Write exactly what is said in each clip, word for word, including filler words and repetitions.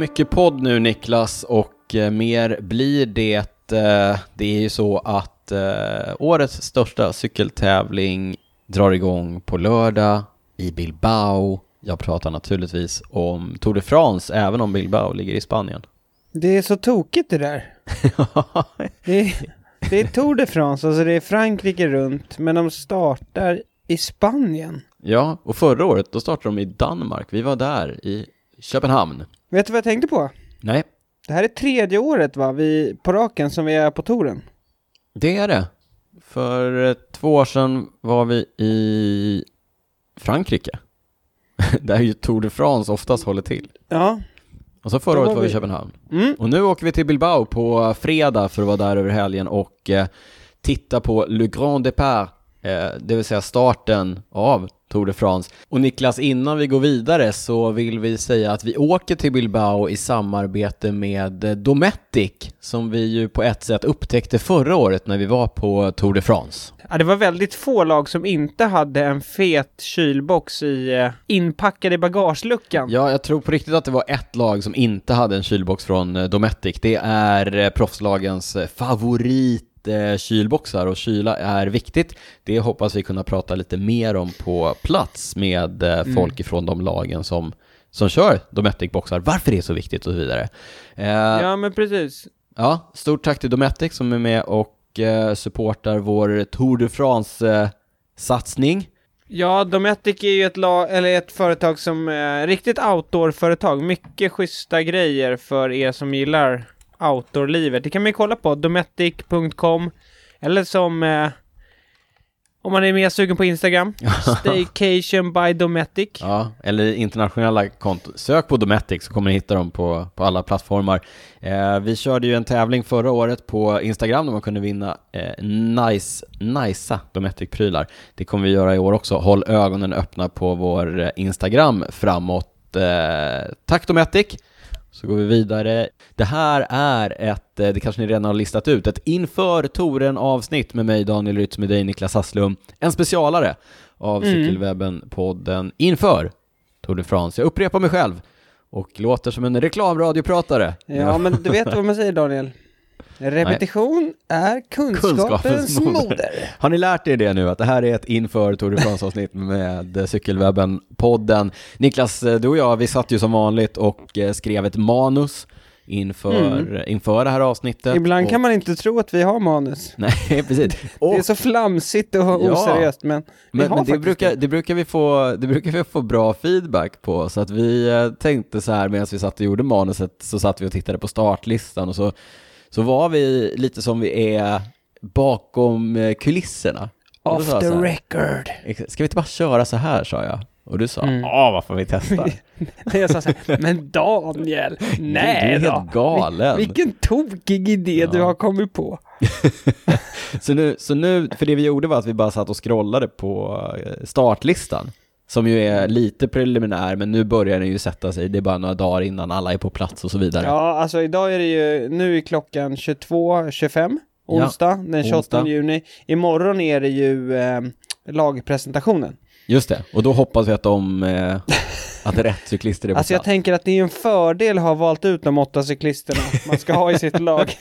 mycket podd nu, Niklas, och eh, mer blir det. Eh, det är ju så att eh, årets största cykeltävling drar igång på lördag i Bilbao. Jag pratar naturligtvis om Tour de France, även om Bilbao ligger i Spanien. Det är så tokigt det där. det, är, det är Tour de France, alltså det är Frankrike runt, men de startar i Spanien. Ja, och förra året då startade de i Danmark. Vi var där i Köpenhamn. Vet du vad jag tänkte på? Nej. Det här är tredje året va, vi, på raken som vi är på touren. Det är det. För eh, två år sedan var vi i Frankrike. Där ju Tour de France oftast håller till. Ja. Och så förra Då året var var vi i vi- Köpenhamn. Mm. Och nu åker vi till Bilbao på fredag för att vara där över helgen och eh, titta på Le Grand Départ, eh, det vill säga starten av Tour de France. Och Niklas, innan vi går vidare så vill vi säga att vi åker till Bilbao i samarbete med eh, Dometic, som vi ju på ett sätt upptäckte förra året när vi var på Tour de France. Ja, det var väldigt få lag som inte hade en fet kylbox i eh, inpackad i bagageluckan. Ja, jag tror på riktigt att det var ett lag som inte hade en kylbox från eh, Dometic. Det är eh, proffslagens eh, favorit eh, kylboxar, och kyla är viktigt. Det hoppas vi kunna prata lite mer om på plats med eh, Mm. folk ifrån de lagen som, som kör Dometic-boxar. Varför det är så viktigt och så vidare. Eh, ja. Ja, men precis. ja, stort tack till Dometic som är med och eh, supportar vår Tour de France-satsning. Ja, Dometic är ju ett, la- eller ett företag som är riktigt outdoor-företag. Mycket schyssta grejer för er som gillar outdoor-livet. Det kan man ju kolla på dometic punkt com, eller som eh, om man är mer sugen på Instagram, Staycation by Dometic. Ja, eller internationella konton. Sök på Dometic så kommer ni hitta dem på, på alla plattformar. Eh, vi körde ju en tävling förra året på Instagram där man kunde vinna eh, nice, nice Dometic-prylar. Det kommer vi göra i år också. Håll ögonen öppna på vår eh, Instagram framåt. Eh, tack Dometic! Så går vi vidare. Det här är ett, eh, det kanske ni redan har listat ut, ett inför touren avsnitt med mig Daniel Rytz, med dig Niklas Hasslum. En specialare av Mm. Cykelwebben-podden inför Tour de France. Jag upprepar mig själv och låter som en reklamradiopratare. Ja, men du vet vad man säger, Daniel. Repetition är kunskapens, Kunskapens moder. moder. Har ni lärt er det nu, att det här är ett inför Tour de France-avsnitt med Cykelwebben-podden? Niklas, du och jag, vi satt ju som vanligt och eh, skrev ett manus inför, Mm. inför det här avsnittet. Ibland och... kan man inte tro att vi har manus. Nej, precis. Och, Det är så flamsigt och Ja. oseriöst, men vi men har men det, faktiskt brukar, det, brukar vi få, det brukar vi få bra feedback på. Så att vi eh, tänkte så här, medan vi satt och gjorde manuset, så satt vi och tittade på startlistan. Och så, så var vi lite som vi är bakom eh, kulisserna. Och då Off sa jag the så här, record. ska vi inte bara köra så här, sa jag. Och du sa, ja, Mm. varför vi testar? Jag sa så här, men Daniel, nej du är då. helt galen. Vil- vilken tokig idé du Ja. har kommit på. så, nu, så nu, för det vi gjorde var att vi bara satt och scrollade på eh, startlistan. Som ju är lite preliminär, men nu börjar den ju sätta sig. Det är bara några dagar innan alla är på plats och så vidare. Ja, alltså idag är det ju, nu är klockan tjugotvå tjugofem, onsdag, den tjugoåttonde onsdag. juni. Imorgon är det ju eh, lagpresentationen. Just det, och då hoppas vi att de eh, att rätt cyklister är på Alltså jag plats. tänker att det är en fördel att ha valt ut de åtta cyklisterna man ska ha i sitt lag.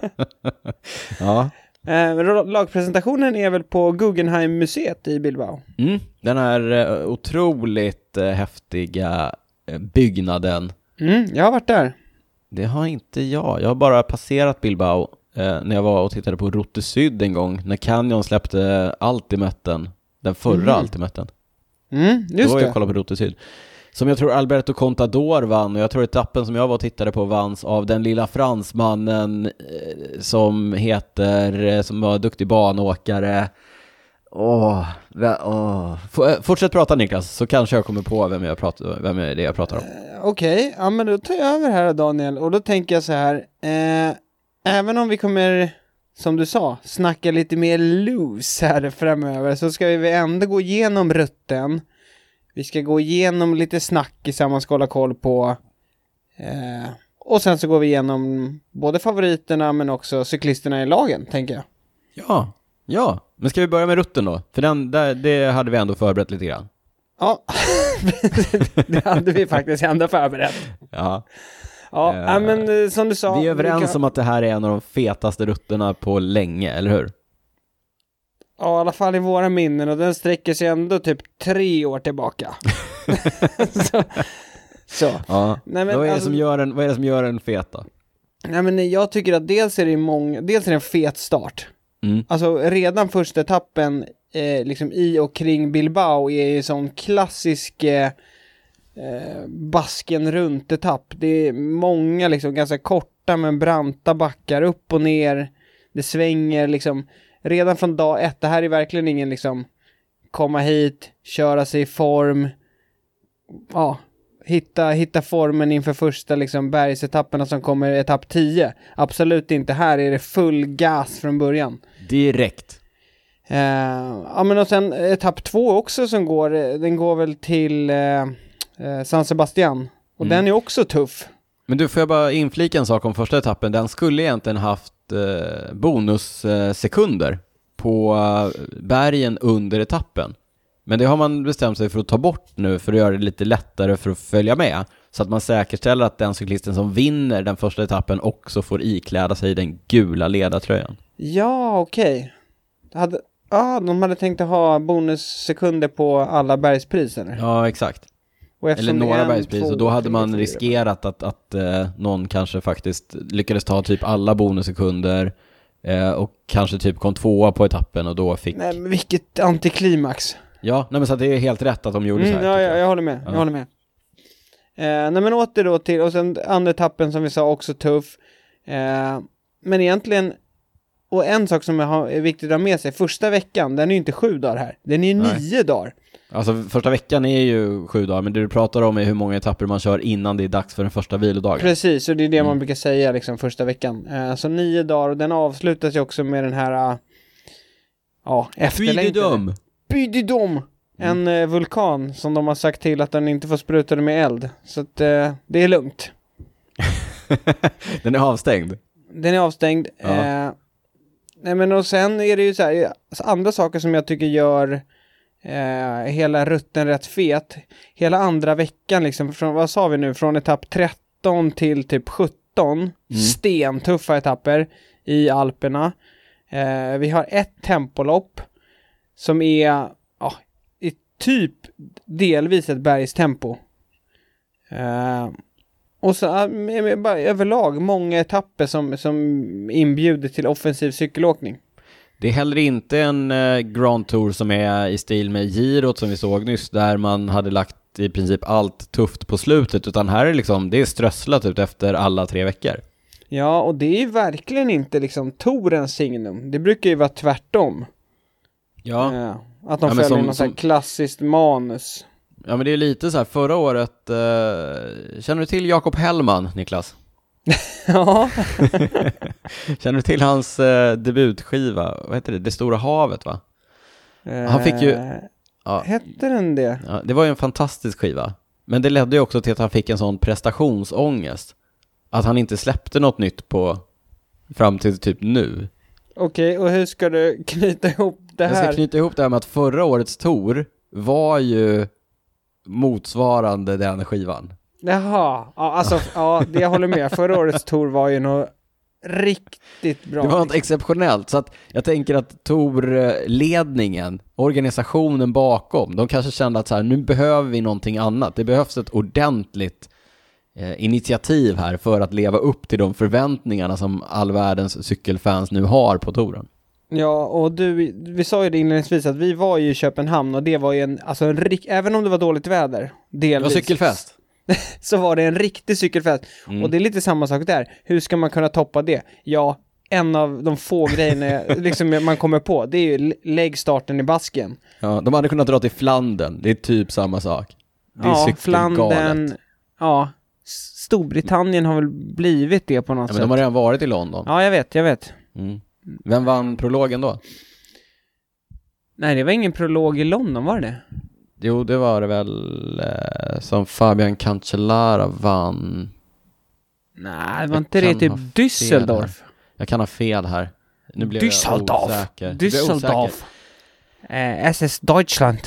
Ja, Eh, lagpresentationen är väl på Guggenheim-museet i Bilbao. mm, den här eh, otroligt eh, häftiga eh, byggnaden. Mm, jag har varit där. Det har inte jag. Jag har bara passerat Bilbao eh, när jag var och tittade på Route Syd en gång. När Canyon släppte Ultimaten. Den förra Mhm. Ultimaten. Mm, Då just var jag det. och kollade på Route Syd. Som jag tror Alberto Contador vann. Och jag tror etappen som jag var och tittade på vanns av den lilla fransmannen eh, som heter, eh, som var duktig banåkare. Åh, vä- åh. F- eh, fortsätt prata Niklas, så kanske jag kommer på vem, jag pratar, vem är det jag pratar om. Eh, Okej, ja men då tar jag över här Daniel. Och då tänker jag så här. Eh, även om vi kommer, som du sa, snacka lite mer loose här framöver, så ska vi ändå gå igenom rutten. Vi ska gå igenom lite snackisar man ska hålla koll på. Eh, och sen så går vi igenom både favoriterna men också cyklisterna i lagen, tänker jag. Ja, ja. Men ska vi börja med rutten då? För den, där, det hade vi ändå förberett lite grann. Ja, det hade vi faktiskt ändå förberett. Ja. Ja, Eh, äh, men eh, som du sa. Vi är överens kan... om att det här är en av de fetaste rutterna på länge, eller hur? Ja, i alla fall i våra minnen. Och den sträcker sig ändå typ tre år tillbaka. så. så. Ja. Nej, men, vad, är det alltså, som gör en, vad är det som gör en fet då? Nej, men jag tycker att dels är det många, dels är det en fet start. Mm. Alltså redan första etappen eh, liksom i och kring Bilbao är ju sån klassisk eh, eh, basken runt etapp. Det är många liksom ganska korta men branta backar upp och ner. Det svänger liksom redan från dag ett. Det här är verkligen ingen liksom komma hit, köra sig i form. Ja, hitta, hitta formen inför första liksom bergsetapperna som kommer etapp tio. Absolut inte. Här är det full gas från början. Direkt. Uh, ja, men och sen etapp två också som går, den går väl till uh, uh, San Sebastian. Och Mm. den är också tuff. Men du, får jag bara inflika en sak om första etappen. Den skulle egentligen haft eh, bonussekunder eh, på eh, bergen under etappen. Men det har man bestämt sig för att ta bort nu för att göra det lite lättare för att följa med. Så att man säkerställer att den cyklisten som vinner den första etappen också får ikläda sig den gula ledartröjan. Ja, okej. Okay. Hade, ah, de hade tänkt att ha bonussekunder på alla bergspriser. Ja, exakt. Eller några en, bergspris. Två, och då hade tre, man tre, riskerat att, att eh, någon kanske faktiskt lyckades ta typ alla bonussekunder eh, och kanske typ kom tvåa på etappen och då fick... Nej, men vilket antiklimax. Ja, nej, men så att det är helt rätt att de gjorde mm, så här. Ja, jag, jag håller med. Ja. Jag håller med. Eh, nej, men åter då till, och sen andra etappen som vi sa också tuff. Eh, men egentligen, och en sak som är viktigt att ha med sig, första veckan, den är ju inte sju dagar här. Den är ju nej. nio dagar. Alltså första veckan är ju sju dagar, men det du pratar om är hur många etapper man kör innan det är dags för den första vilodagen. Precis, och det är det mm. man brukar säga liksom första veckan. Eh, så nio dagar, och den avslutas ju också med den här uh, ja, efterlängtade. Bydydom! En mm. uh, vulkan som de har sagt till att den inte får spruta med eld. Så att uh, det är lugnt. Den är avstängd? Den är avstängd. Ja. Uh, nej men och sen är det ju så här, alltså andra saker som jag tycker gör Uh, hela rutten rätt fet. Hela andra veckan liksom, från, vad sa vi nu, från etapp tretton till typ sjutton mm. stentuffa etapper i Alperna. Uh, vi har ett tempolopp som är uh, i typ delvis ett bergstempo. Uh, och så uh, bara överlag många etapper som, som inbjuder till offensiv cykelåkning. Det är heller inte en eh, Grand Tour som är i stil med Girot som vi såg nyss, där man hade lagt i princip allt tufft på slutet, utan här är liksom, det är strösslat ut efter alla tre veckor. Ja, och det är ju verkligen inte liksom Tourens signum. Det brukar ju vara tvärtom. Ja. Eh, att de ja, följer som, något som... klassiskt manus. Ja, men det är lite så här, förra året, eh, känner du till Jakob Hellman, Niklas? Ja. Känner du till hans eh, debutskiva? Vad heter det? Det stora havet, va? Eh, han fick ju... Ja, hette den det? Ja, det var ju en fantastisk skiva. Men det ledde ju också till att han fick en sån prestationsångest. Att han inte släppte något nytt på fram till typ nu. Okej, och hur ska du knyta ihop det här? Jag ska knyta ihop det här med att förra årets tour var ju motsvarande den skivan. Jaha, ja, alltså, ja, det jag håller med. Förra årets tour var ju något riktigt bra. Det var något exceptionellt, så att jag tänker att tourledningen, organisationen bakom, de kanske kände att så här, nu behöver vi någonting annat. Det behövs ett ordentligt eh, initiativ här för att leva upp till de förväntningarna som all världens cykelfans nu har på touren. Ja, och du, vi sa ju det inledningsvis att vi var ju i Köpenhamn och det var ju en, alltså en rik, även om det var dåligt väder, delvis. Det var cykelfest. Så var det en riktig cykelfest. Mm. Och det är lite samma sak där. Hur ska man kunna toppa det? Ja, en av de få grejerna liksom man kommer på, det är ju lägg starten i basken. Ja, de hade kunnat dra till Flandern. Det är typ samma sak. Det är ja, Flandern. Ja, Storbritannien har väl blivit det på något ja, sätt. Men de har redan varit i London. Ja, jag vet, jag vet. Mm. Vem vann prologen då? Nej, det var ingen prolog i London, var det? Jo, det var det väl eh, som Fabian Cancellara vann. Nej, var inte det typ Düsseldorf? Jag kan ha fel här. Nu blir Düsseldorf. jag osäker. Düsseldorf. Eh, S S Deutschland.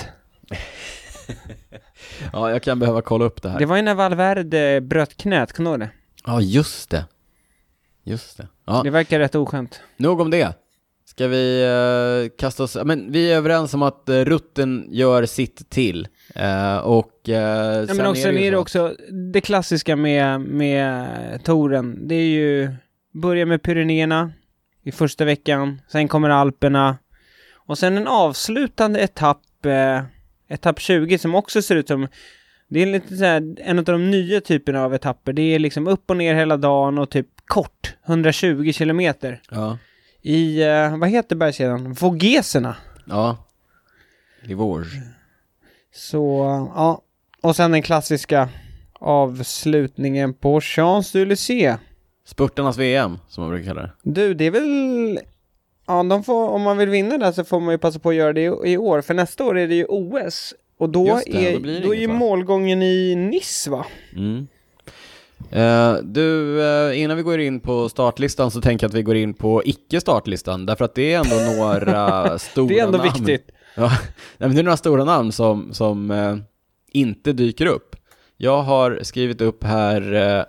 Ja, jag kan behöva kolla upp det här. Det var ju när Valverde bröt knät, kan du det? Ja, just det. Just det. Ja. Det verkar rätt oskönt. Nog om det. Ska vi uh, kasta oss... Men vi är överens om att uh, rutten gör sitt till. Uh, och uh, ja, sen men också, är det, är det så... också det klassiska med, med touren. Det är ju börja med Pyrenéerna i första veckan. Sen kommer Alperna. Och sen en avslutande etapp, uh, etapp tjugo som också ser ut som... Det är lite så här, en av de nya typerna av etapper. Det är liksom upp och ner hela dagen och typ kort, hundratjugo kilometer. Ja. I, uh, vad heter bergskedjan? Vogeserna. Ja. Livors. Så, ja. Och sen den klassiska avslutningen på Champs-Élysées. Spurtarnas V M, som man brukar kalla det. Du, det är väl... Ja, de får, om man vill vinna det så får man ju passa på att göra det i, i år. För nästa år är det ju O S. Och då, Just det, är, då blir det då är inget, ju va? målgången i Nice, va? Mm. Uh, du, uh, innan vi går in på startlistan så tänker jag att vi går in på icke-startlistan. Därför att det är ändå några stora namn. Det är ändå namn. Viktigt. Ja, men det är några stora namn som, som uh, inte dyker upp. Jag har skrivit upp här uh,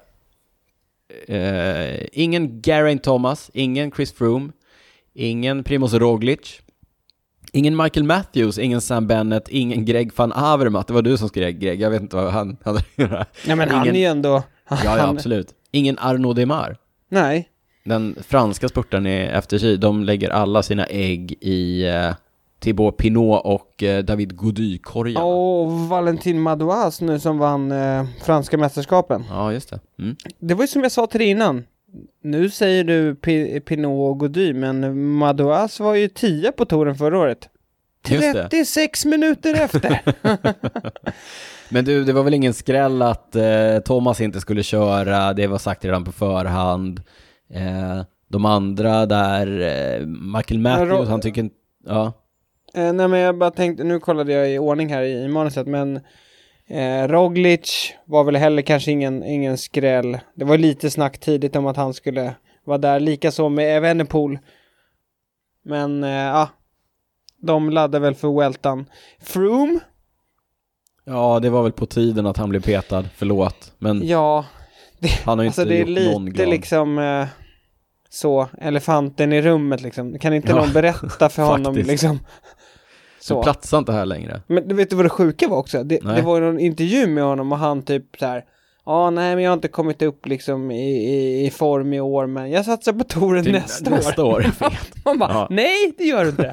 uh, ingen Geraint Thomas, ingen Chris Froome, ingen Primoz Roglic, ingen Michael Matthews, ingen Sam Bennett, ingen Greg van Avermaet. Det var du som skrev Greg, jag vet inte vad han hade att göra. Nej, men ingen... han är ju ändå... Ja, ja, absolut. Ingen Arnaud Demar. Nej. Den franska spurtaren i F T J, de lägger alla sina ägg i eh, Thibaut Pinot och eh, David Gody-korgarna. Och Valentin Madouas nu som vann eh, franska mästerskapen. Ja, just det. Mm. Det var ju som jag sa till dig innan. Nu säger du P- Pinot och Gody, men Madouas var ju tio på touren förra året. trettiosex minuter efter. Men du, det var väl ingen skräll att eh, Thomas inte skulle köra. Det var sagt redan på förhand. Eh, de andra där, eh, Michael Matthews, Ro- han tycker inte... Ja. Eh, nej, men jag bara tänkte, nu kollade jag i ordning här i, i manuset, men eh, Roglic var väl heller kanske ingen, ingen skräll. Det var lite snack tidigt om att han skulle vara där. Likaså med Evenepoel. Men eh, ja, de laddade väl för Weltan. Froome? Ja, det var väl på tiden att han blev petad. Förlåt. Men ja, det, han har ju alltså inte det är gjort lite någon glad. liksom eh, så, elefanten i rummet liksom. Kan inte ja, någon berätta för honom liksom? Så. Det platsar inte här längre. Men du vet du vad det sjuka var också? Det, det var ju någon intervju med honom och han typ så här: ja, ah, nej, men jag har inte kommit upp liksom i, i, i form i år, men jag satsar på touren Till nästa, nästa år. år. Man bara, ja. Nej, det gör du inte.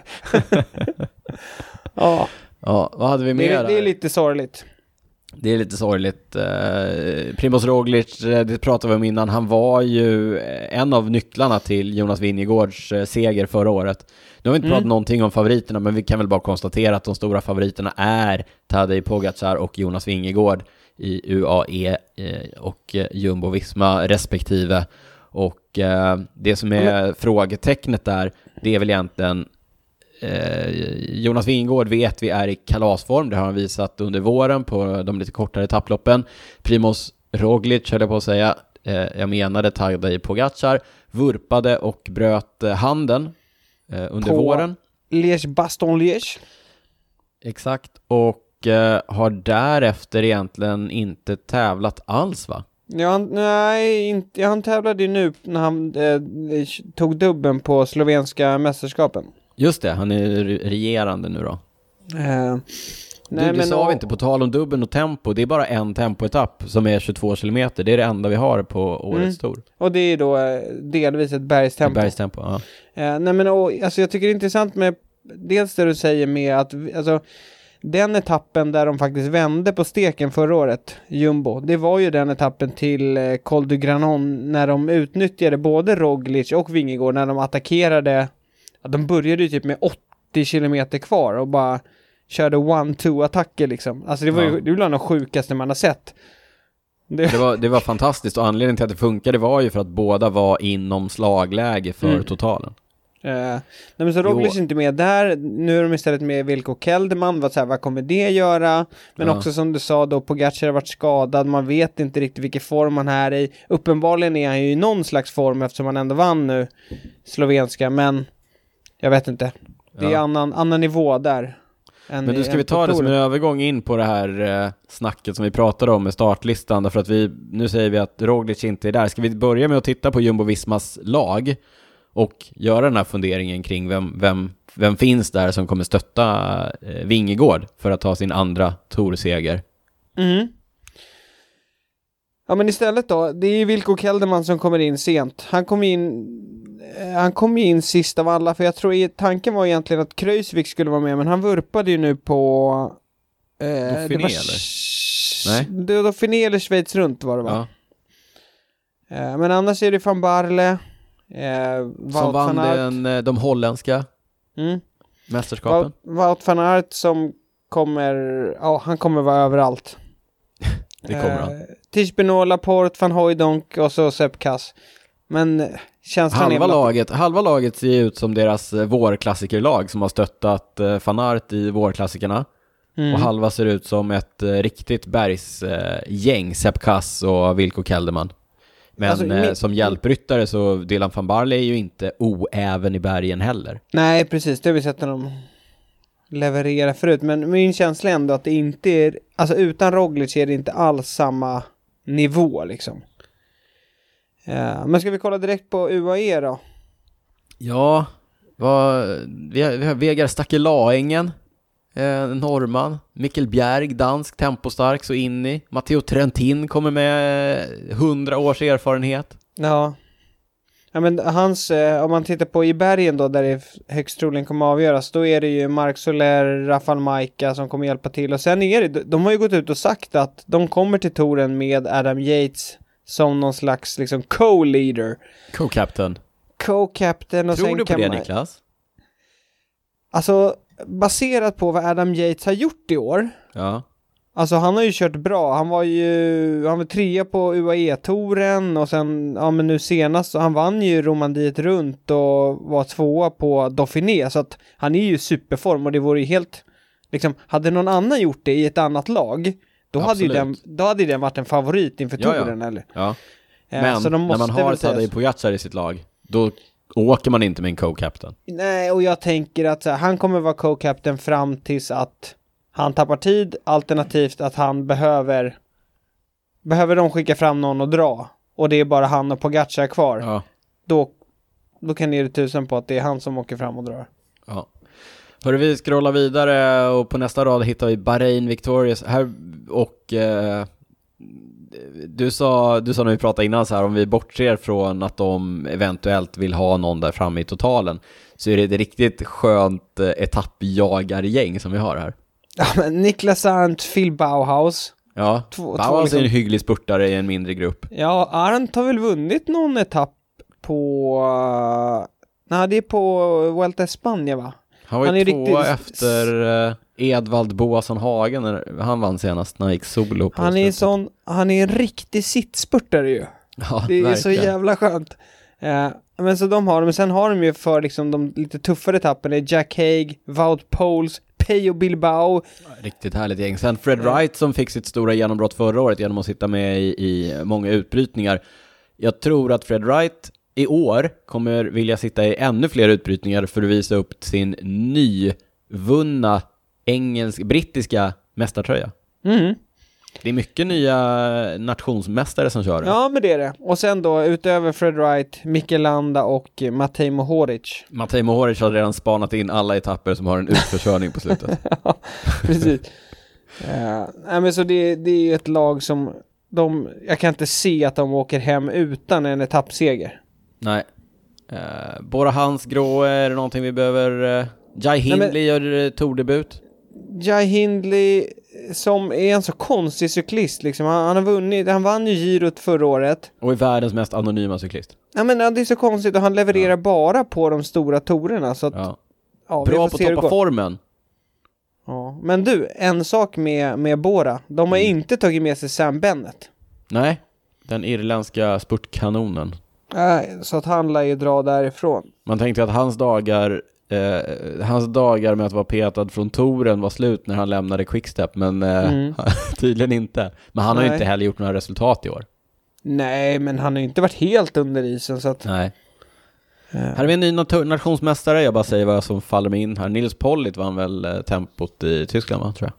Ja. Ja, vad hade vi mer? Det är, det är lite sorgligt. Det är lite sorgligt. Eh, Primoz Roglic, det pratade vi om innan, han var ju en av nycklarna till Jonas Vingegaards eh, seger förra året. Nu har vi inte pratat mm. någonting om favoriterna, men vi kan väl bara konstatera att de stora favoriterna är Tadej Pogacar och Jonas Vingegaard i U A E eh, och eh, Jumbo-Visma respektive. Och eh, det som är mm. frågetecknet där, det är väl egentligen Eh, Jonas Vingegaard vet vi är i kalasform. Det har han visat under våren på de lite kortare etapploppen. Primoz Roglic, höll jag på att säga, eh, jag menade Tadej Pogacar, vurpade och bröt eh, handen eh, under på våren. Liège-Bastogne-Liège. Exakt. Och eh, har därefter egentligen inte tävlat alls, va? Ja, nej, inte, han tävlade ju nu när han eh, tog dubben på slovenska mästerskapen. Just det, han är regerande nu då. Uh, nej, du, det men sa och... vi inte på tal om dubben och tempo. Det är bara en tempoetapp som är tjugotvå kilometer. Det är det enda vi har på årets mm. tour. Och det är då eh, delvis ett bergstempo. Ett bergstempo, ja. Uh, nej, men och, alltså, jag tycker det är intressant med dels det du säger med att alltså, den etappen där de faktiskt vände på steken förra året, Jumbo, det var ju den etappen till eh, Col du Granon när de utnyttjade både Roglic och Vingegaard när de attackerade. De började ju typ med åttio kilometer kvar och bara körde one-two-attacker liksom. Alltså det var ju ja. det var bland de sjukaste man har sett. Det... Det, var, det var fantastiskt och anledningen till att det funkade var ju för att båda var inom slagläge för mm. totalen. Uh, nej men så Roglic är inte med där. Nu är de istället med Wilco Kelderman. Vad, så här, vad kommer det göra? Men ja. också som du sa då, Pogacar har varit skadad. Man vet inte riktigt vilken form han är i. Uppenbarligen är han ju i någon slags form eftersom han ändå vann nu slovenska. Men jag vet inte. Det är ja. annan, annan nivå där. än Men du, ska än vi ta det som en touren. övergång in på det här eh, snacket som vi pratade om med startlistan, därför att vi, nu säger vi att Roglic inte är där. Ska vi börja med att titta på Jumbo-Vismas lag och göra den här funderingen kring vem, vem, vem finns där som kommer stötta eh, Vingegaard för att ta sin andra Tour-seger? Mm. Ja, men istället då, det är Wilco Kelderman som kommer in sent. Han kom in eh, han kom in sist av alla, för jag tror tanken var egentligen att Kruijswijk skulle vara med, men han vurpade ju nu på eh, Dauphiné, det var eller? sh- Nej. Det var Dauphiné eller Schweiz runt var det, va? Ja. Eh, men annars är det Van Barle, eh, Som Wout vann van Aert. den, eh, de holländska Mm. mästerskapen. Wout, Wout van Aert som kommer, ja, han kommer vara överallt. Det kommer han. Eh, Tischbenola, Laporte, Van Hooijdonk och så Sepp Kuss. Men eh, känslan Halva är väl att- laget, halva laget ser ut som deras eh, vårklassikerlag som har stöttat eh, Van Aert i vårklassikerna. Mm. Och halva ser ut som ett eh, riktigt bergsgäng, eh, Sepp Kuss och Wilco Kelderman. Men Alltså, eh, min- som hjälpryttare så Dylan van Barle är ju inte oäven i bergen heller. Nej, precis. Det har vi sett när de levererar förut. Men min känsla är ändå att det inte är... Alltså utan Roglic är det inte alls samma nivå liksom. Ja, men ska vi kolla direkt på U A E då? Ja, vad, vi, har, vi har Vegard Stakelaängen, eh, norrman. Mikkel Bjerg, dansk, tempostark, så in i. Matteo Trentin kommer med hundra års erfarenhet. Ja. Ja, men hans, eh, om man tittar på i bergen då, där det högst troligen kommer avgöras, då är det ju Marc Soler, Rafael Majka som kommer hjälpa till. Och sen är det, de har ju gått ut och sagt att de kommer till touren med Adam Yates som någon slags liksom co-leader. Co-captain. Co-captain och Tror sen du på kan det, man... Niklas? Alltså, baserat på vad Adam Yates har gjort i år. Ja. Alltså han har ju kört bra. Han var ju han var trea på U A E-touren och sen, ja men nu senast så han vann ju Romandiet runt och var tvåa på Dauphiné, så att han är ju superform och det vore ju helt liksom, hade någon annan gjort det i ett annat lag, då hade ju den, då hade ju den varit en favorit inför Ja, ja. touren eller. Ja. Eh, Men så de när man måste har väl säga- Tadej Pogacar i sitt lag, då åker man inte med en co-captain. Nej, och jag tänker att så här, han kommer vara co-captain fram tills att han tappar tid, alternativt att han behöver behöver de skicka fram någon och dra. Och det är bara han och Pogacar kvar. Ja. Då, då kan ni ge det tusen på att det är han som åker fram och drar. Ja. Hörru, vi scrollar vidare och på nästa rad hittar vi Bahrain Victorious här och eh, du sa du sa när vi pratade innan så här, om vi bortser från att de eventuellt vill ha någon där framme i totalen, så är det ett riktigt skönt eh, etappjagargäng som vi har här. Ja, men Niklas Arndt, Phil Bauhaus. Ja, Två- två Bauhaus liksom- är en hygglig spurtare i en mindre grupp. Ja, Arndt har väl vunnit någon etapp på... Uh, nej, det är på Vuelta a España, va? Han var Han ju är tvåa riktigt- efter eh, Edvald Boasson Hagen när han vann senast när han gick solo på Han är, slutet. sån, han är en riktig sittspurtare ju. Ja, Det är verkligen. så jävla skönt. Eh, men så de har de, men sen har de ju för liksom de lite tuffare etapperna, Jack Haig, Wout Poels, Peyo Bilbao. Riktigt härligt gäng. Sen Fred Wright som fick sitt stora genombrott förra året genom att sitta med i, i många utbrytningar. Jag tror att Fred Wright i år kommer vilja sitta i ännu fler utbrytningar för att visa upp sin nyvunna engelsk, brittiska mästartröja. Mm. Det är mycket nya nationsmästare som kör. Ja, men det är det. Och sen då, utöver Fred Wright, Mikel Landa och eh, Matej Mohoric. Matej Mohoric har redan spanat in alla etapper som har en utförkörning på slutet. Ja, precis. uh, nej, men så det, det är ju ett lag som de, jag kan inte se att de åker hem utan en etappseger. Nej. Uh, Bora Hansgrohe, är det någonting vi behöver... Uh, Jai Hindley men- gör uh, tourdebut. Jai Hindley som är en så konstig cyklist liksom. Han, han har vunnit, han vann ju Girot förra året. Och är världens mest anonyma cyklist. Ja, men ja, det är så konstigt och han levererar Ja. bara på de stora torerna så att, Ja. ja, vi Bra får på se hur det toppa går. formen. Ja. Men du, en sak med, med Bora. De har Mm. inte tagit med sig Sam Bennett. Nej, den irländska spurtkanonen. Nej, så att han lär ju dra därifrån. Man tänkte att hans dagar eh, hans dagar med att vara petad från touren var slut när han lämnade Quickstep, men eh, Mm. tydligen inte. Men han har ju Nej. inte heller gjort några resultat i år. Nej, men han har ju inte varit helt under isen så att... Nej. Uh. Här är vi en ny nat- nationsmästare. Jag bara säger vad som faller mig in här. Nils Pollitt vann väl eh, tempot i Tyskland, va, tror jag.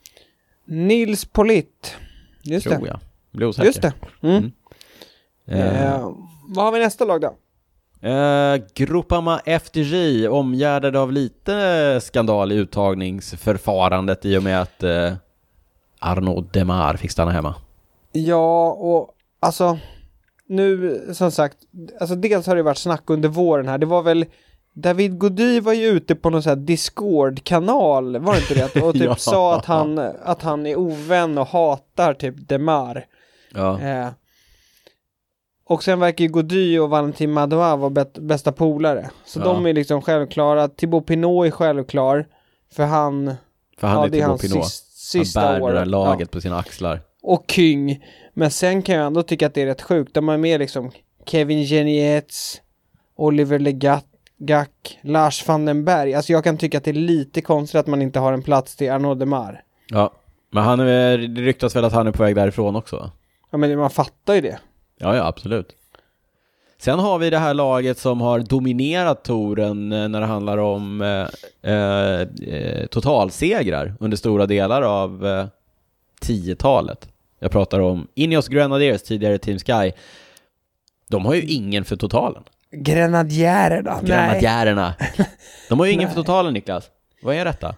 Nils Pollitt. Just tror det. jag. Blir osäker. Just det. Mm. Mm. Uh. Uh, vad har vi nästa lag då? Uh, Groupama F D J omgärdade av lite skandal i uttagningsförfarandet i och med att uh, Arnaud Demar fick stanna hemma. Ja, och alltså nu som sagt, alltså dels har det varit snack under våren här. Det var väl David Gody var ju ute på någon sån här Discord-kanal, var det inte det? Och typ ja. sa att han, att han är ovän och hatar typ Demar. Ja. Eh, och sen verkar ju Gody och Valentin Madouas vara bet- bästa polare. Så ja. de är liksom självklara. Thibaut Pinot är självklar. För han... För han ja, är det är Thibaut hans Pinot. Sista, sista han bär året. det där laget ja. på sina axlar. Och Kyng. Men sen kan jag ändå tycka att det är rätt sjukt. De har med liksom Kevin Genietz, Oliver Legac, Lars van den Berg. Alltså jag kan tycka att det är lite konstigt att man inte har en plats till Arnaud Demar. Ja, men han är, det ryktas väl att han är på väg därifrån också. Ja, men man fattar ju det. Ja, ja, absolut. Sen har vi det här laget som har dominerat touren när det handlar om eh, eh, totalsegrar under stora delar av eh, tiotalet. Jag pratar om Ineos Grenadiers, tidigare Team Sky. De har ju ingen för totalen. Grenadjärerna. Grenadjärerna. De har ju ingen för totalen, Niklas. Vad är detta?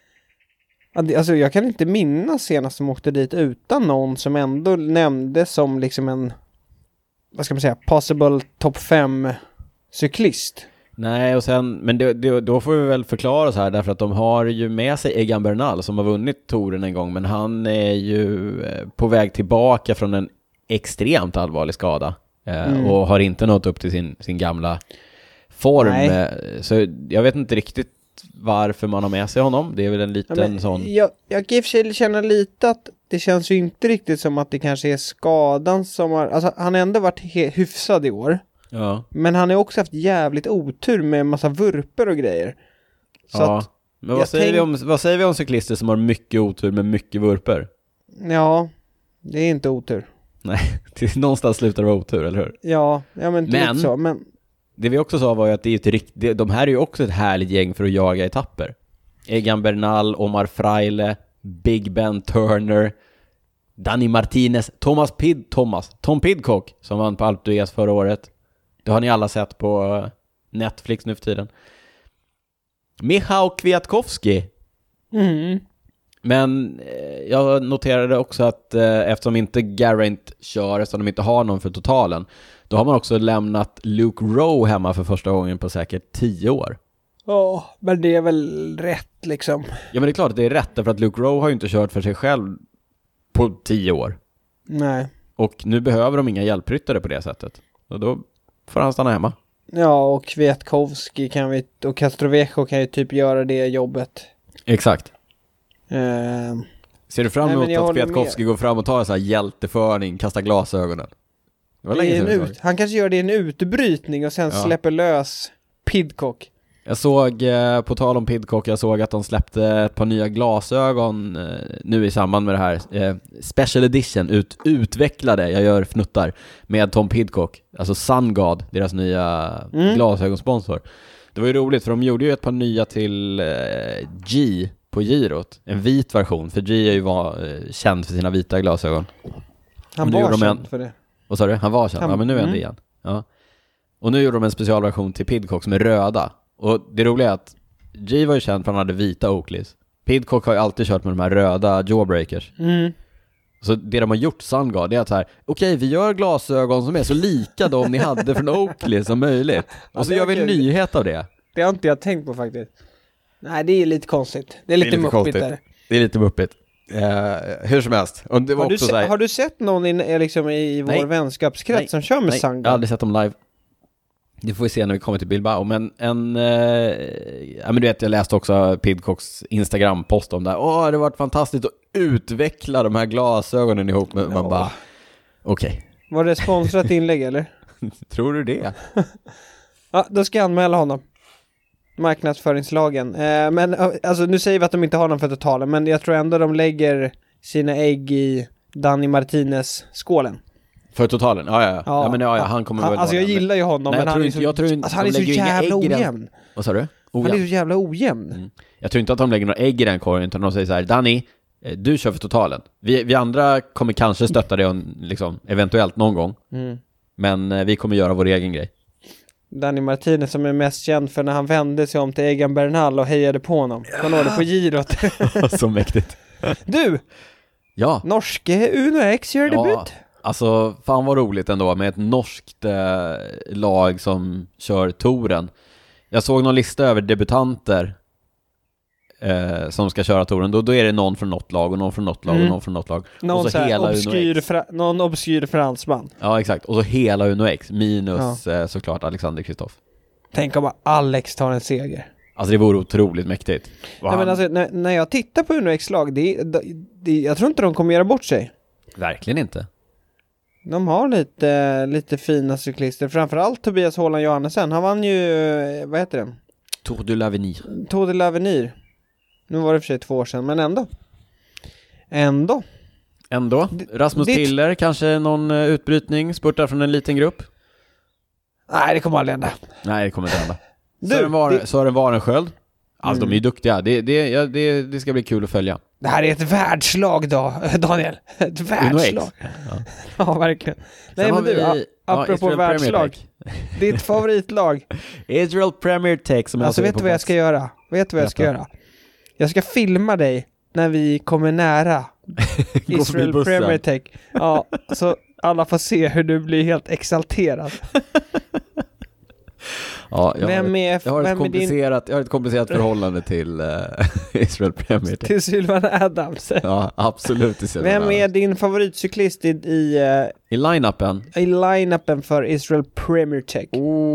Alltså jag kan inte minnas senast som åkte dit utan någon som ändå nämndes som liksom en, vad ska man säga, possible top fem cyklist. Nej, och sen, men det, det, då får vi väl förklara så här, därför att de har ju med sig Egan Bernal som har vunnit touren en gång, men han är ju på väg tillbaka från en extremt allvarlig skada mm. och har inte nått upp till sin, sin gamla form. Nej. Så jag vet inte riktigt varför man har med sig honom. Det är väl en liten ja, men, sån... Jag, jag kan i och för sig känna lite att det känns ju inte riktigt som att det kanske är skadan som har... Alltså han har ändå varit he- hyfsad i år. Ja. Men han har också haft jävligt otur med en massa vurper och grejer. Så ja. att men vad säger, tänk... vi om, vad säger vi om cyklister som har mycket otur med mycket vurper? Ja, det är inte otur. Nej, till någonstans slutar det vara otur, eller hur? Ja, ja men, men så, men... det vi också sa var ju att det är ett rikt... de här är ju också ett härligt gäng för att jaga etapper. Egan Bernal, Omar Fraile, Big Ben Turner, Dani Martinez, Thomas Pid... Thomas, Tom Pidcock som vann på Alpe d'Huez förra året. Det har ni alla sett på Netflix nu för tiden. Michał Kwiatkowski. Mm. Men eh, jag noterade också att eh, eftersom inte Geraint kör, eftersom de inte har någon för totalen, då har man också lämnat Luke Rowe hemma för första gången på säkert tio år. Ja, oh, men det är väl rätt liksom. Ja, men det är klart att det är rätt, därför att Luke Rowe har ju inte kört för sig själv på tio år. Nej. Och nu behöver de inga hjälpryttare på det sättet. Och då får han stanna hemma. Ja, och Kwiatkowski kan vi, och Castrovejo kan ju typ göra det jobbet. Exakt. Uh, Ser du fram emot nej, att Kwiatkowski går fram och tar en sån här hjälteförning, kastar glasögonen? Det var det länge är sedan ut, han kanske gör det i en utbrytning och sen ja. släpper lös Pidcock. Jag såg, eh, på tal om Pidcock, jag såg att de släppte ett par nya glasögon eh, nu i samband med det här. Eh, special edition, ut, utvecklade, jag gör fnuttar, med Tom Pidcock. Alltså Sun God, deras nya mm. glasögonsponsor. Det var ju roligt för de gjorde ju ett par nya till eh, G på Girot. En vit version, för G är ju var, eh, känd för sina vita glasögon. Han var känd en, för det. Vad sa du? Han var känd, Han, ja men nu är han mm. det igen. Ja. Och nu gjorde de en specialversion till Pidcock som är röda. Och det roliga är att G var ju känd för att han hade vita Oakleys. Pidcock har ju alltid kört med de här röda jawbreakers. Mm. Så det de har gjort, SunGuard, det är att så här, okej, okay, vi gör glasögon som är så lika de ni hade från Oakley som möjligt. Och så ja, gör vi en kul. nyhet av det. Det har inte jag tänkt på faktiskt. Nej, det är lite konstigt. Det är lite, lite muppigt där. Det är lite muppigt. Uh, hur som helst. Och det var har, också du se- här... har du sett någon i, liksom, i vår Nej. vänskapskrets Nej. som kör med SunGuard? Jag har aldrig sett dem live. Det får vi se när vi kommer till Bilbao. Men en... Eh, ja, men du vet, jag läste också Pidcocks Instagram-post om det här. Åh, det har varit fantastiskt att utveckla de här glasögonen ihop. Men man bara... Okej. Okay. Var det sponsrat inlägg, eller? Tror du det? Ja, då ska jag anmäla honom. Marknadsföringslagen. Eh, men alltså, nu säger vi att de inte har någon för totalen. Men jag tror ändå de lägger sina ägg i Dani Martinez skålen. För totalen? Ja, ja, ja. ja. ja men ja, ja, han kommer han, väl Alltså jag vara gillar ju honom, Nej, men han är, så, jag tror inte, alltså, han är så jävla ojämn. Vad sa du? Ojämn. Han är så jävla ojämn. Mm. Jag tror inte att de lägger några ägg i den korgen, utan de säger så här: Danny, du kör för totalen. Vi, vi andra kommer kanske stötta dig liksom, eventuellt någon gång. Mm. Men vi kommer göra vår egen grej. Danny Martinez som är mest känd för när han vände sig om till Egan Bernal och hejade på honom. Han ja. det på girot. Så mäktigt. Du! Ja. Norske Uno X gör ja. debut. Alltså, fan vad roligt ändå med ett norskt eh, lag som kör touren. Jag såg någon lista över debutanter eh, som ska köra touren. Då, då är det någon från något lag och någon från något lag mm. och någon från något lag. Någon, och så hela obskyr Uno X. Fra- någon obskyr fransman. Ja, exakt. Och så hela Uno X minus ja. eh, såklart Alexander Kristoff. Tänk om Alex tar en seger. Alltså det vore otroligt mäktigt. Nej, men alltså, när, när jag tittar på Uno X-lag, det, det, det, jag tror inte de kommer göra bort sig. Verkligen inte. De har lite, lite fina cyklister. Framförallt Tobias Håland Johannesson. Han vann ju, vad heter det? Tour de l'Avenir. Tour de l'Avenir. Nu var det för sig två år sedan, men ändå. Ändå. Ändå. Rasmus Ditt... Tiller, kanske någon utbrytning, spurtar från en liten grupp. Nej, det kommer aldrig hända. Nej, det kommer inte hända. Sören var, det... Sören Warensköld. Alltså mm. de är ju duktiga. Det, det, ja, det, det ska bli kul att följa. Det här är ett världslag då, Daniel. Ett världslag. Ja, ja verkligen. Nej, men du, vi, apropå ja, världslag. Ditt favoritlag. Israel Premier Tech som alltså, vet du vad jag ska göra? Vet du vad jag ska göra? Jag ska filma dig när vi kommer nära Israel Premier Tech. Ja, så alla får se hur du blir helt exalterad. Ja, jag, vem är, jag, har vem ett komplicerat, din... jag har ett komplicerat förhållande till uh, Israel Premier Tech. Till Sylvan Adams. Ja, absolut. Till Sylvan vem Adams. är din favoritcyklist i, i, uh, I line-upen? I line-upen för Israel Premier Tech?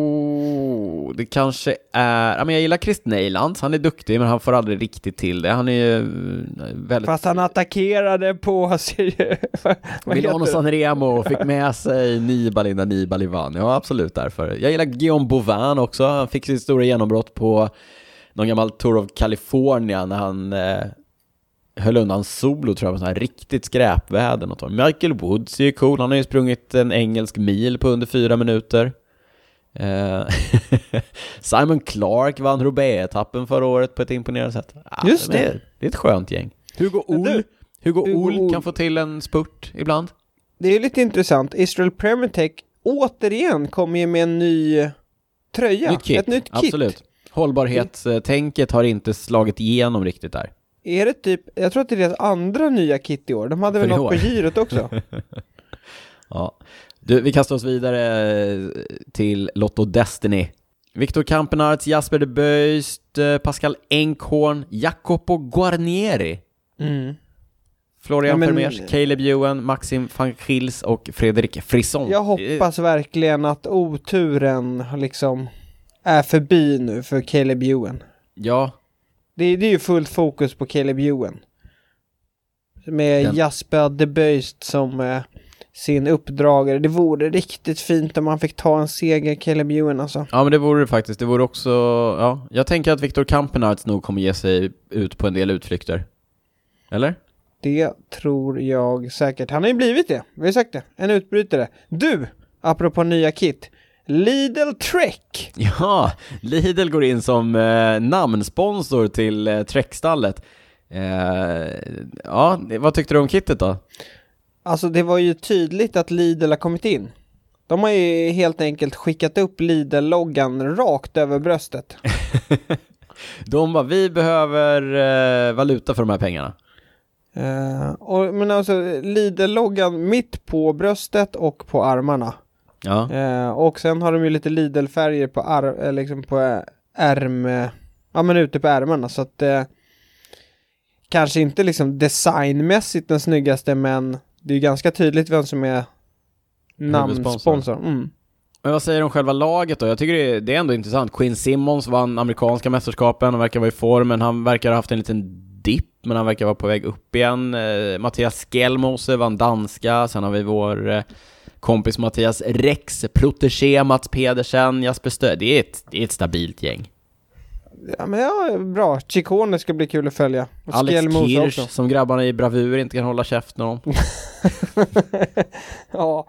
Oh, det kanske är... Ja, men jag gillar Chris Neylands. Han är duktig, men han får aldrig riktigt till det. Han är uh, väldigt... Fast han attackerade på Milano Sanremo och fick med sig Nibali när Nibali vann. Ja, absolut därför. Jag gillar Guillaume Bouvin också. Han fick sitt stora genombrott på någon gammal Tour of California när han eh, höll undan solo, tror jag, på sån här riktigt skräpväder. Något. Michael Woods är ju cool. Han har ju sprungit en engelsk mil på under fyra minuter. Eh, Simon Clark vann Roubaix-etappen förra året på ett imponerande sätt. Ja, just det. Det är, det är ett skönt gäng. Hugo Ol, Hugo Hugo Ol Ol kan få till en spurt ibland. Det är ju lite intressant. Israel Premier Tech återigen kommer ju med en ny tröja. Nytt kit. Ett nytt kit. Absolut. Hållbarhetstänket har inte slagit igenom riktigt där. Är det typ, jag tror att det är deras andra nya kit i år. De hade väl något på girot också. Ja. Du, vi kastar oss vidare till Lotto Destiny. Viktor Kampenarts, Jasper de Beust, Pascal Enkhorn, Jacopo Guarnieri. Mm. Florian ja, Vermeers, Caleb Ewan, Maxim van Gils och Fredrik Frisson. Jag hoppas verkligen att oturen liksom är förbi nu för Caleb Ewan. Ja. Det, det är ju fullt fokus på Caleb Ewan. Med Den. Jasper de Beust som eh, sin uppdragare. Det vore riktigt fint om man fick ta en seger, Caleb Ewan alltså. Ja, men det vore det faktiskt. Det vore också, ja. Jag tänker att Viktor Kampenarts nog kommer ge sig ut på en del utflykter. Eller? Det tror jag säkert. Han har ju blivit det. Vi har sagt det. En utbrytare. Du, apropå nya kit. Lidl Trek. Ja, Lidl går in som eh, namnsponsor till eh, Trek-stallet. Eh, ja, vad tyckte du om kittet då? Alltså det var ju tydligt att Lidl har kommit in. De har ju helt enkelt skickat upp Lidl-loggan rakt över bröstet. De bara, vi behöver eh, valuta för de här pengarna. Uh, och, men alltså Lidl-loggan mitt på bröstet och på armarna. Ja. Uh, och sen har de ju lite Lidl-färger på, ar- liksom på ärm, ja men ute på ärmarna. Så att uh, kanske inte liksom designmässigt den snyggaste, men det är ju ganska tydligt vem som är namnsponsor. Mm. Men vad säger de om själva laget då? Jag tycker det är, det är ändå intressant. Quinn Simmons vann amerikanska mästerskapen och verkar vara i form, men han verkar ha haft en liten dipp, men han verkar vara på väg upp igen. Eh, Mattias Skelmose vann danska. Sen har vi vår eh, kompis Mattias Rex, protégé Mats Pedersen, Jasper Stö. Det är ett, det är ett stabilt gäng. Ja, men ja, bra. Chicone ska bli kul att följa. Och Alex Skelmose Kirsch, också. som grabbarna i bravur inte kan hålla käften om. Ja,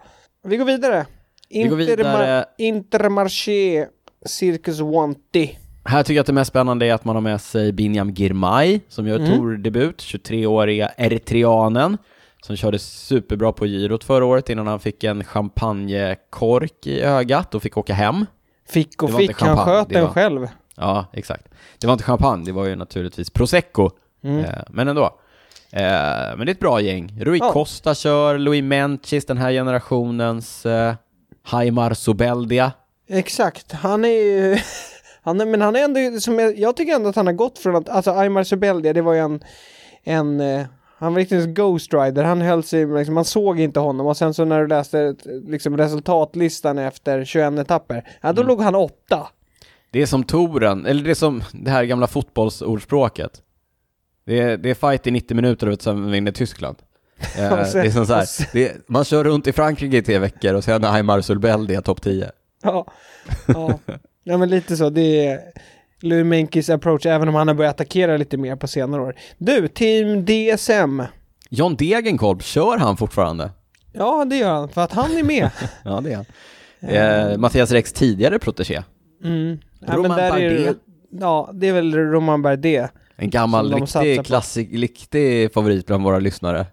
Vi går vidare. Vi går vidare. Intermarché Circus Wanty. Här tycker jag att det mest spännande är att man har med sig Binyam Girmay som gör mm. tourdebut, tjugotre-åriga eritreanen som körde superbra på girot förra året innan han fick en champagnekork i ögat och fick åka hem. Fick och fick, han sköt den själv. Ja, exakt. Det var inte champagne, det var ju naturligtvis Prosecco. Mm. Eh, men ändå. Eh, men det är ett bra gäng. Rui ja. Costa kör, Louis Menchis, den här generationens eh, Haimar Zubeldia. Exakt, han är ju... Han är, men han är ändå, som jag, jag tycker ändå att han har gått från att, alltså Aymar Zubeldia, det var ju en, en eh, han var riktigt en Ghost Rider, han höll sig, liksom, man såg inte honom och sen så när du läste liksom, resultatlistan efter tjugoett etapper, ja då mm. låg han åtta. Det är som touren, eller det är som det här gamla fotbollsordspråket. Det är, det är fight i nittio minuter och sen vinner Tyskland. Eh, det är som så här, det är, man kör runt i Frankrike i tre veckor och sen är Aymar Zubeldia topp tio. Ja, ja. Ja, men lite så. Det är Louis Menkis approach, även om han har börjat attackera lite mer på senare år. Du, Team D S M. John Degenkolb, kör han fortfarande? Ja, det gör han, för att han är med. Ja, det är han. Eh, Mattias Rex tidigare protégé. Mm. Ja, men där är det, ja, det är väl Romain Bardet. En gammal, riktig, klassik, riktig favorit bland våra lyssnare.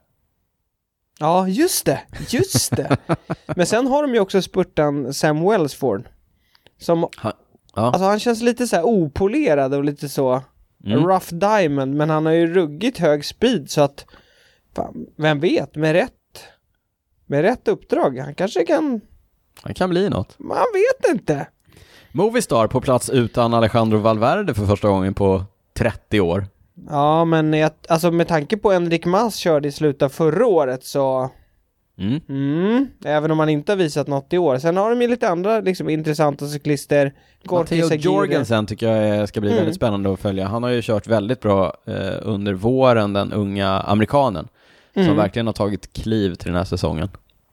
Ja, just det. Just det. Men sen har de ju också spurtan Sam Wellsford. Som, ha, ja. Alltså han känns lite så här opolerad och lite så mm. rough diamond, men han har ju ruggigt hög speed så att fan, vem vet, med rätt med rätt uppdrag, han kanske kan han kan bli något. Man vet inte. Movistar på plats utan Alejandro Valverde för första gången på trettio år. Ja, men jag, alltså med tanke på Enric Mas körde i slutet av förra året så Mm. Mm, även om man inte har visat något i år. Sen har de ju lite andra liksom, intressanta cyklister. Matteo Jorgensen tycker jag ska bli mm. väldigt spännande att följa. Han har ju kört väldigt bra eh, under våren, den unga amerikanen mm. som verkligen har tagit kliv till den här säsongen.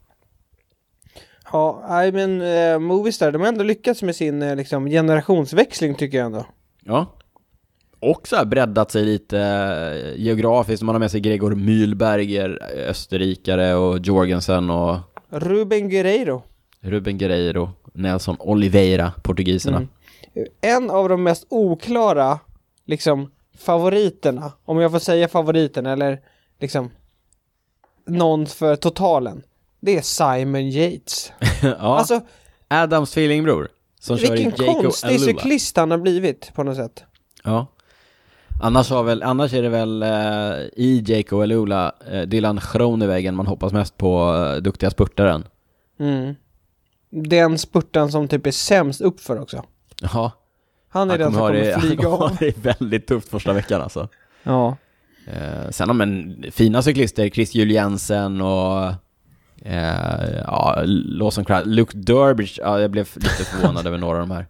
Ja, I men uh, Movistar, de har ändå lyckats med sin uh, liksom, generationsväxling tycker jag ändå. Ja. Och så har breddat sig lite eh, geografiskt. Man har med sig Gregor Mühlberger, österrikare, och Jorgensen och Ruben Guerreiro. Ruben Guerreiro, Nelson Oliveira, portugiserna. Mm. En av de mest oklara liksom favoriterna, om jag får säga favoriten eller liksom någon för totalen. Det är Simon Yates. Ja. Alltså Adams tvillingbror som kör i Jaco Alula. Vilken konstig cyklist han har blivit på något sätt. Ja. Annars, har väl, annars är det väl eh, i Jaco Alula eh, Dylan Groenewegen man hoppas mest på, eh, duktiga spurtaren. Mm. Den spurtan som typ är sämst uppför också. Ja. Han är han den som kommer det, flyga av. Han har det väldigt tufft första veckan alltså. Ja. Eh, sen har man fina cyklister, Chris Juliensen och eh, ja, Lawson Crash, Luke Durbridge. Ja, jag blev lite förvånad över några av de här.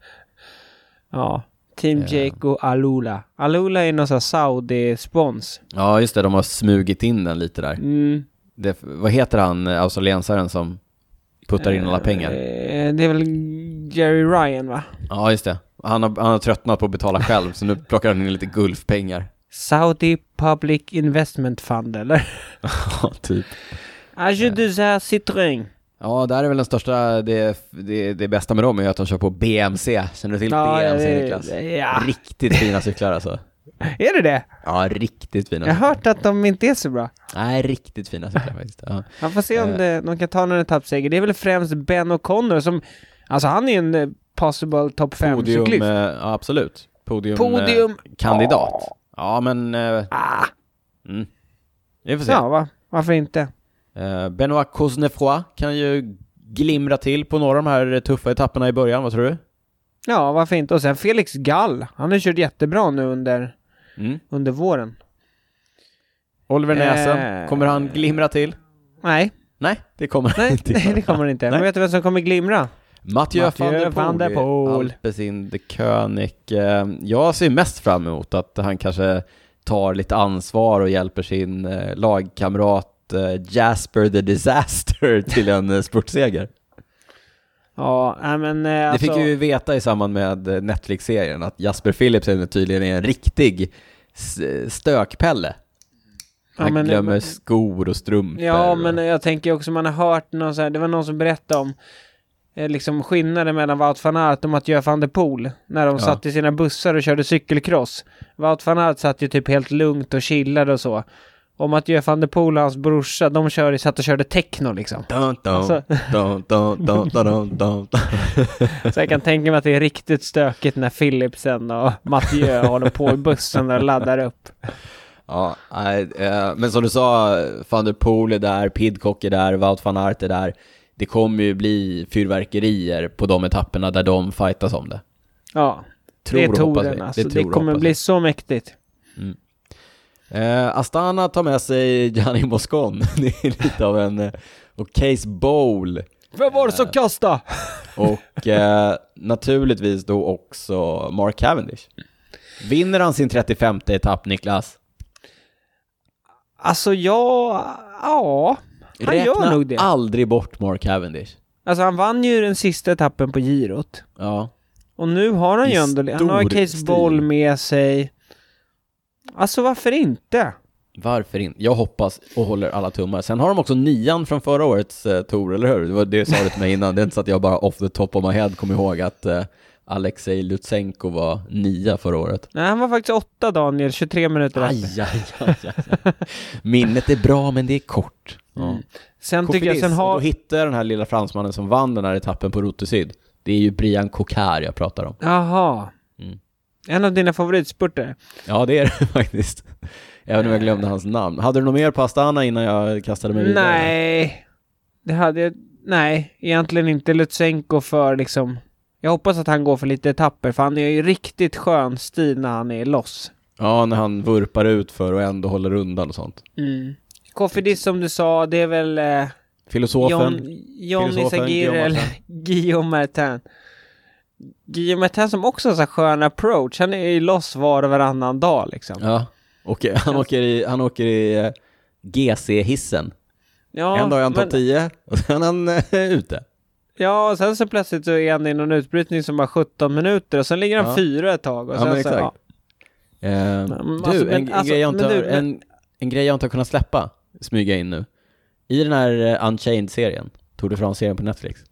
Ja. Team Jaco Alula. Alula är någon sån här Saudi-spons. Ja, just det. De har smugit in den lite där. Mm. Det, vad heter han, australiensaren som puttar in alla pengar? Eh, det är väl Jerry Ryan, va? Ja, just det. Han har, han har tröttnat på att betala själv, så nu plockar han in lite gulfpengar. Saudi Public Investment Fund, eller? Ja, typ. Age du ça Citroën. Ja, där är väl den största, det, det, det bästa med dem är att de kör på B M C. Känner du till ja, B M C, Niklas? Ja. Riktigt fina cyklar alltså. Är det det? Ja, riktigt fina. Jag har hört att de inte är så bra. Nej, riktigt fina cyklar faktiskt. Ja. Man får se om det, de kan ta någon etappseger. Det är väl främst Ben O'Connor som, alltså han är en possible top fem cyklist. Eh, ja, absolut. Podium, Podium. Eh, kandidat. Oh. Ja, men... Eh, ah. mm. Vi får se. Ja, va? Varför inte? Uh, Benoit Cosnefroy kan ju glimra till på några av de här tuffa etapperna i början, vad tror du? Ja, varför inte? Och sen Felix Gall, han har kört jättebra nu under, mm. under våren. Oliver Näsen, uh, kommer han glimra till? Nej. Nej, det kommer nej, han inte. Nej, det kommer han inte. Men vet du vem som kommer glimra? Mathieu, Mathieu van der Poel. Alpecin de König. Uh, jag ser mest fram emot att han kanske tar lite ansvar och hjälper sin uh, lagkamrat Jasper the Disaster till en spurtseger. Ja, men eh, det alltså... fick ju veta i samband med Netflix-serien att Jasper Philipsen tydligen är en riktig stökpelle. Ja, Han men- glömmer men- skor och strumpor. Ja, och... men jag tänker också, man har hört någon så här, det var någon som berättade om eh, liksom skillnaden mellan Wout van Aert och Mathieu van der Poel när de Ja. satt i sina bussar och körde cykelcross. Wout van Aert satt ju typ helt lugnt och chillade och så. Och Mathieu van der Poel och hans brorsa, de kör, satt och körde techno liksom. Dun, dun, Alltså- dun, dun, dun, dun, dun, dun. Så jag kan tänka mig att det är riktigt stökigt när Philipsen och Mathieu håller på i bussen och laddar upp. Ja, nej, eh, men som du sa, Van der Poel är där, Pidcock är där, Wout van Aert är där. Det kommer ju bli fyrverkerier på de etapperna där de fightas om det. Ja, Tror det är och hoppas vi. touren alltså. Det, tror och kommer hoppas bli vi. så mäktigt. Eh, Astana tar med sig Gianni Moscon. Det är lite av en eh, och Case Bowl. Vem var det som kastade? Och eh, naturligtvis då också Mark Cavendish. Vinner han sin trettiofemte etapp, Niklas? Alltså, ja... Ja, han gör Räkna nog det. aldrig bort Mark Cavendish. Alltså, han vann ju den sista etappen på girot. Ja. Och nu har han I ju ändå... Han har ju stor Case stil. Bowl med sig. Alltså, varför inte? Varför inte? Jag hoppas och håller alla tummar. Sen har de också nian från förra årets eh, tour, eller hur? Det var det sa du till mig innan. Det är inte så att jag bara off the top of my head kom ihåg att eh, Alexej Lutsenko var nia förra året. Nej, han var faktiskt åtta, Daniel. tjugotre minuter efter. Aj, aj, aj, aj, aj. Minnet är bra, men det är kort. Ja. Mm. Sen tycker jag Kofidis, sen och har... då hittar jag den här lilla fransmannen som vann den här etappen på Route du Sud. Det är ju Brian Coquard jag pratar om. Jaha. Mm. En av dina favoritspurter. Ja, det är det faktiskt. Även om jag glömde hans namn. Hade du något mer på Astana innan jag kastade mig vidare? Nej. Det hade jag... Nej, egentligen inte Lutsenko för liksom... Jag hoppas att han går för lite etapper, för han är ju riktigt skön stil när han är loss. Ja, när han vurpar ut för och ändå håller undan och sånt. Mm. Kofidis, som du sa, det är väl... Eh, Filosofen. John, John Filosofen, Isagir Guillaume eller Guillaume Martin. Guillaume Martin som också har så här skön approach. Han är ju loss var och varannan dag liksom. Ja, och han åker i, han åker i eh, G C-hissen. Ja, en dag är han men- topp tio och sen är han eh, ute. Ja, och sen så plötsligt så är han i någon utbrytning som bara sjutton minuter och sen ligger han Ja. fyra ett tag. Och Ja, sen men så, exakt. ja. Eh, Men, du, alltså, men, en, en, alltså, grej jag inte men har, du, men- en, en grej jag inte har kunnat släppa, smyga in nu. I den här eh, Unchained-serien, Tour de France-serien på Netflix,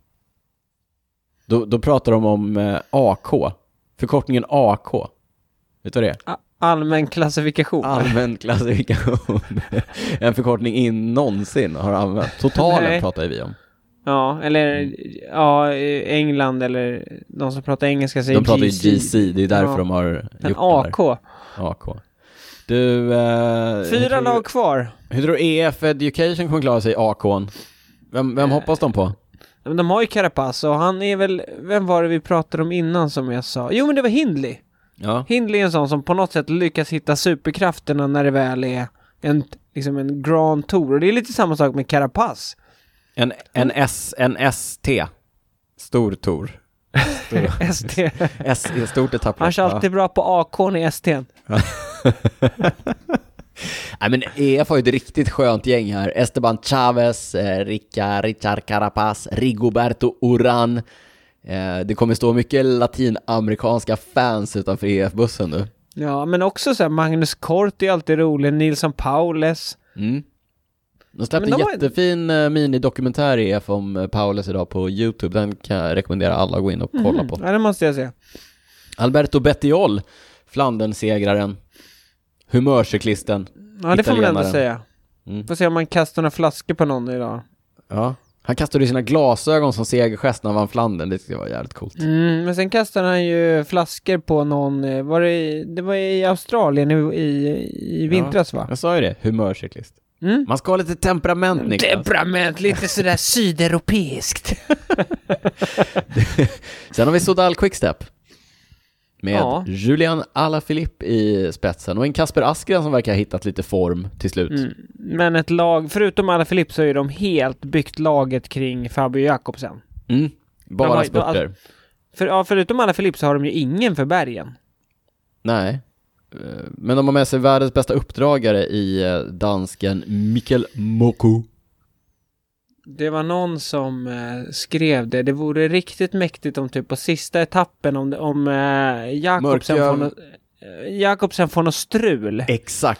då, då pratar de om eh, A K, förkortningen A K. Vet du vad det är? A- Allmän klassifikation. Allmän klassifikation. En förkortning in någonsin har använt. Totalen Nej. pratar vi om. Ja, eller ja, England eller de som pratar engelska säger De pratar ju G C. G C, det är därför Ja. de har Men gjort A det K. där. A K. Du, eh, hur Fyra tror lag du- kvar. Hur tror du E F Education kommer klara sig i A K:n? Vem, vem Eh. hoppas de på? Men de har ju Carapaz och han är väl, vem var det vi pratade om innan som jag sa? Jo, men det var Hindley. Ja. Hindley är en sån som på något sätt lyckas hitta superkrafterna när det väl är en, liksom en Grand Tour. Och det är lite samma sak med Carapaz. En, en, S, en S T. Stor tour. Stor. S T. S är stort etapp. Han kör alltid bra på A K:n i S T:n. Nej, men E F har ju ett riktigt skönt gäng här. Esteban Chavez, eh, Rica, Richard Carapaz, Rigoberto Urán. Eh, det kommer stå mycket latinamerikanska fans utanför E F-bussen nu. Ja, men också så här, Magnus Kort är alltid rolig. Nilsson Paules. Mm. De släppte Men en de har- jättefin uh, minidokumentär i E F om uh, Paulus idag på YouTube. Den kan jag rekommendera alla att gå in och kolla på. Ja, det måste jag säga. Alberto Bettiol, Flandern-segraren, humörcyklisten, Ja, det får man ändå italienaren. säga. Mm. Får se om man kastar några flaskor på någon idag. Ja. Han kastade sina glasögon som segergest när han vann Flandern. Det tycker jag var jävligt coolt. Mm, men sen kastade han ju flaskor på någon, eh, var det, i- det var i Australien i, i, i vintras va? Jag sa ju det, humörcyklist. Mm. Man ska ha lite temperament, Niklas. Temperament, lite sådär sydeuropeiskt. Sen har vi Sodal Quickstep. Med Ja. Julian Alaphilippe i spetsen. Och en Kasper Askren som verkar ha hittat lite form till slut. Mm. Men ett lag, förutom alla Philipp så är de helt byggt laget kring Fabio Jakobsen. Mm. Bara De har- spurter. För, ja, förutom alla Philipp så har de ju ingen för bergen. Nej. Eh, Men de har med sig världens bästa uppdragare i eh, dansken Mikkel Moko. Det var någon som eh, skrev det. Det vore riktigt mäktigt om typ på sista etappen om, om eh, Jakobsen, Mörkö- får no, eh, Jakobsen får något strul. Exakt.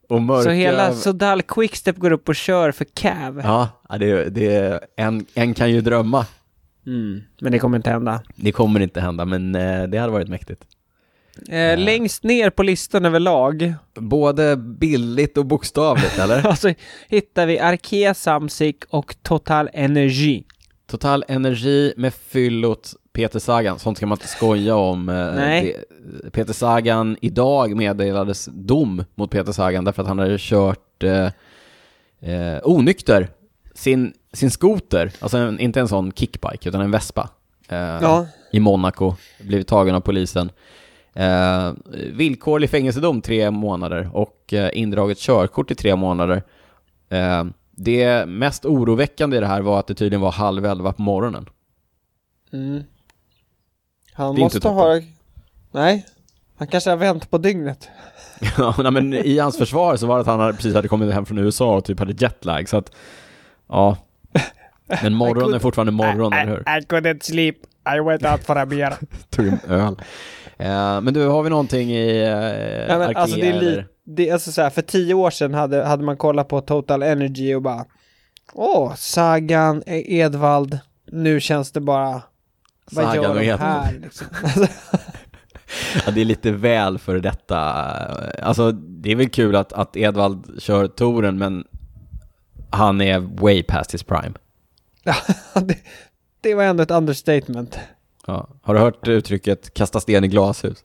och mörka... Så hela Sodal Quickstep går upp och kör för Cav. Ja, det, det, en, en kan ju drömma. Mm, men det kommer inte hända. Det kommer inte hända, men eh, det hade varit mäktigt. Eh, ja. Längst ner på listan överlag. Både bildligt och bokstavligt, eller? Alltså hittar vi Arkea Samsic och Total Energy. Total Energy med fyllot Peter Sagan. Sånt ska man inte skoja om. Nej. Det, Peter Sagan, idag meddelades dom mot Peter Sagan därför att han hade kört eh, eh, onykter sin, sin skoter. Alltså en, inte en sån kickbike utan en Vespa. Eh, ja. I Monaco. Blivit tagen av polisen. Eh, villkorlig fängelsedom tre månader och eh, indraget körkort i tre månader. Eh, det mest oroväckande i det här var att det tydligen var halv elva på morgonen. Mm. Han måste ha... Nej, han kanske har vänt på dygnet. Ja, nej, men i hans försvar så var det att han hade, precis hade kommit hem från U S A och typ hade jetlag. Så att, ja. Men morgon är fortfarande morgon, I, eller hur? I, I couldn't sleep. I went out for a beer. Tog en öl. Uh, men du, har vi någonting i uh, ja, men, alltså, det är li- det, alltså, så här, för tio år sedan hade, hade man kollat på Total Energy och bara åh, Sagan, Edvald, nu känns det bara vad Sagan gör och de Edvald här liksom? Ja, det är lite väl för detta. Alltså, det är väl kul att, att Edvald kör touren, men han är way past his prime. Ja, det, det var ändå ett understatement. Ja. Har du hört uttrycket kasta sten i glashus?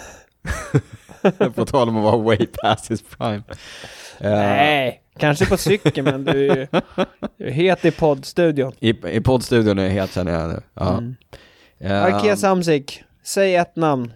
På tal om att vara way past his prime. Nej, uh. kanske på cykeln, men du är, du är het i poddstudion. I, i poddstudion är jag helt, känner jag nu. Ja. Mm. Uh. Arkea Samsic, säg ett namn.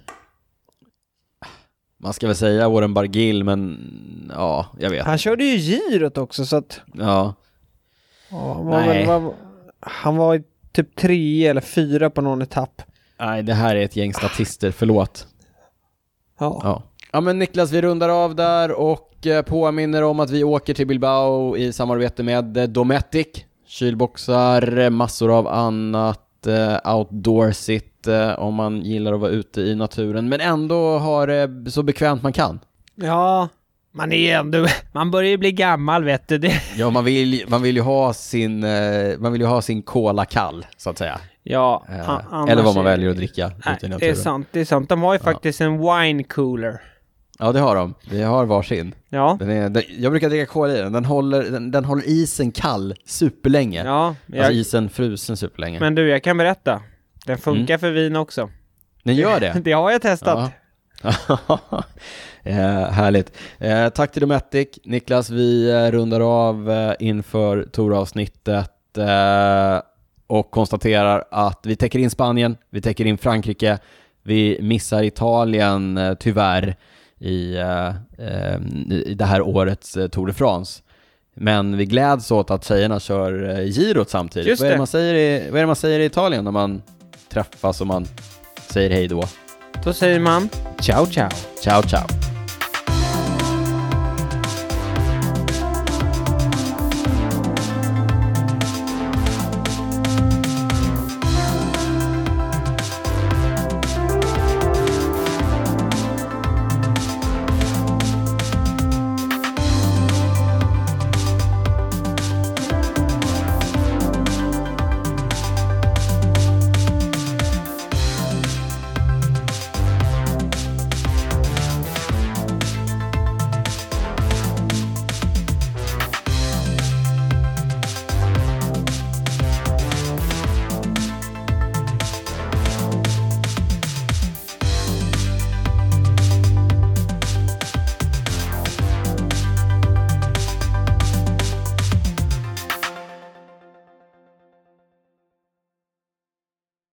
Man ska väl säga Warren Barguil, men ja, jag vet. Han körde ju girot också, så att... Ja. Ja, han, var väl, var, han var typ tre eller fyra på någon etapp. Nej, det här är ett gäng statister, förlåt. Ja. Ja. Ja, men Niklas, vi rundar av där och eh, påminner om att vi åker till Bilbao i samarbete med eh, Dometic. Kylboxar, massor av annat eh, outdoorsigt eh, om man gillar att vara ute i naturen, men ändå har det eh, så bekvämt man kan. Ja, man är ändå, man börjar ju bli gammal, vet du det. Ja, man vill, man vill ju ha sin eh, man vill ju ha sin cola kall, så att säga. Ja, eh, eller vad man väljer att dricka. Nej, ute i naturen. Det är sant, det är sant. De har ju ja. faktiskt en wine cooler. Ja, det har de. Vi har varsin. Ja. Den är, den, jag brukar dricka cola i den. Den håller, den, den håller isen kall superlänge. Ja. Jag, alltså isen frusen superlänge. Men du, jag kan berätta. Den funkar mm. för vin också. Den gör det? Det har jag testat. Ja. eh, härligt. Eh, tack till Dometic. Niklas, vi eh, rundar av eh, inför touravsnittet eh, och konstaterar att vi täcker in Spanien, vi täcker in Frankrike, vi missar Italien eh, tyvärr i, uh, uh, i det här årets uh, Tour de France. Men vi gläds åt att tjejerna kör uh, girot samtidigt. Just vad, är det det. man säger i, vad är det man säger i Italien när man träffas och man säger hej då? Då säger man ciao ciao. Ciao ciao.